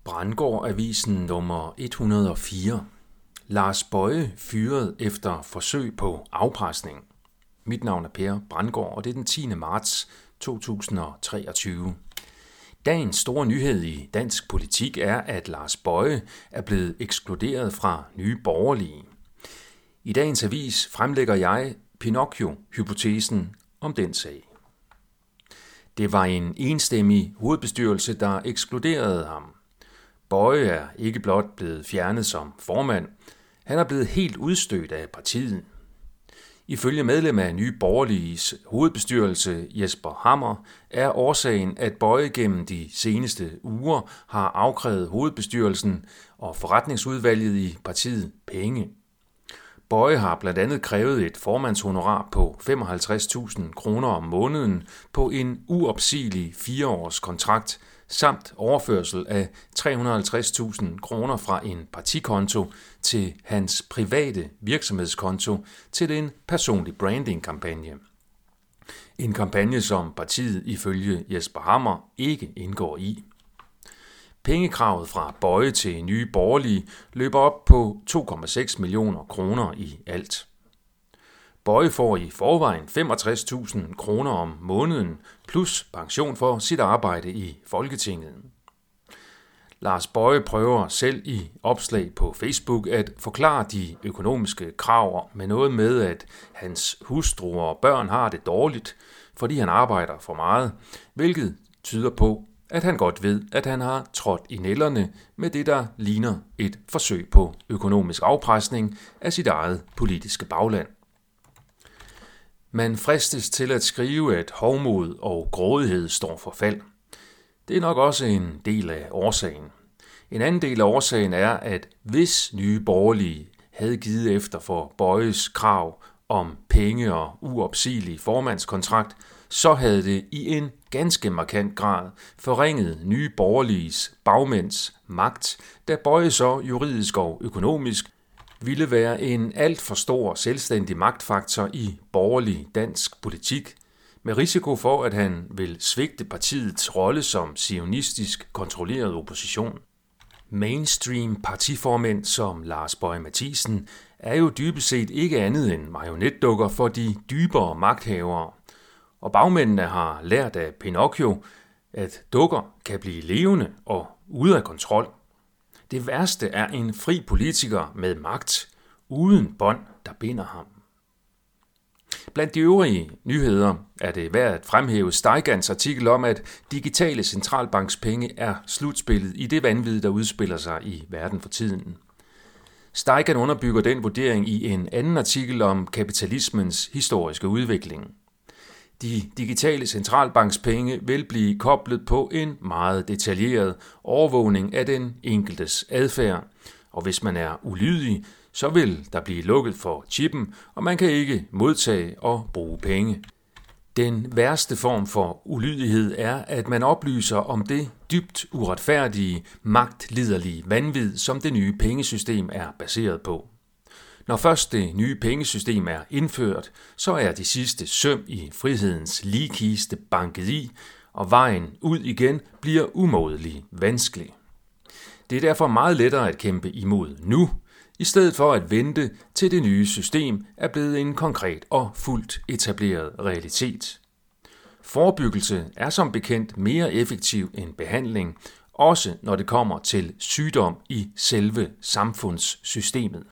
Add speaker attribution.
Speaker 1: Brandgård-avisen nummer 104. Lars Boye fyret efter forsøg på afpresning. Mit navn er Per Brandgård, og det er den 10. marts 2023. Dagens store nyhed i dansk politik er, at Lars Boye er blevet ekskluderet fra Nye Borgerlige. I dagens avis fremlægger jeg Pinocchio-hypotesen om den sag. Det var en enstemmig hovedbestyrelse, der ekskluderede ham. Boye er ikke blot blevet fjernet som formand, han er blevet helt udstødt af partiet. Ifølge medlem af Nye Borgerliges hovedbestyrelse Jesper Hammer er årsagen, at Boye gennem de seneste uger har afkrævet hovedbestyrelsen og forretningsudvalget i partiet penge. Boye har blandt andet krævet et formandshonorar på 55.000 kroner om måneden på en uopsigelig 4-års kontrakt, samt overførsel af 350.000 kroner fra en partikonto til hans private virksomhedskonto til en personlig brandingkampagne. En kampagne, som partiet ifølge Jesper Hammer ikke indgår i. Pengekravet fra Boye til Nye Borgerlige løber op på 2,6 millioner kroner i alt. Boye får i forvejen 65.000 kroner om måneden plus pension for sit arbejde i Folketinget. Lars Boye prøver selv i opslag på Facebook at forklare de økonomiske krav med noget med, at hans hustru og børn har det dårligt, fordi han arbejder for meget, hvilket tyder på, at han godt ved, at han har trådt i nælderne med det, der ligner et forsøg på økonomisk afpresning af sit eget politiske bagland. Man fristes til at skrive, at hovmod og grådighed står for fald. Det er nok også en del af årsagen. En anden del af årsagen er, at hvis Nye Borgerlige havde givet efter for Boyes krav om penge og uopsigelig formandskontrakt, så havde det i en ganske markant grad forringet Nye Borgerliges bagmænds magt, da Boye så juridisk og økonomisk ville være en alt for stor selvstændig magtfaktor i borgerlig dansk politik, med risiko for, at han vil svigte partiets rolle som zionistisk kontrolleret opposition. Mainstream partiformænd som Lars Boje Mathiesen er jo dybest set ikke andet end marionetdukker for de dybere magthavere, og bagmændene har lært af Pinocchio, at dukker kan blive levende og ude af kontrol. Det værste er en fri politiker med magt, uden bånd, der binder ham. Blandt de øvrige nyheder er det værd at fremhæve Steigans artikel om, at digitale centralbankspenge er slutspillet i det vanvid, der udspiller sig i verden for tiden. Steigan underbygger den vurdering i en anden artikel om kapitalismens historiske udvikling. De digitale centralbankspenge vil blive koblet på en meget detaljeret overvågning af den enkeltes adfærd, og hvis man er ulydig, så vil der blive lukket for chippen, og man kan ikke modtage og bruge penge. Den værste form for ulydighed er, at man oplyser om det dybt uretfærdige, magtliderlige vanvid, som det nye pengesystem er baseret på. Når først det nye pengesystem er indført, så er de sidste søm i frihedens ligkiste banket i, og vejen ud igen bliver umådelig vanskelig. Det er derfor meget lettere at kæmpe imod nu, i stedet for at vente til det nye system er blevet en konkret og fuldt etableret realitet. Forebyggelse er som bekendt mere effektiv end behandling, også når det kommer til sygdom i selve samfundssystemet.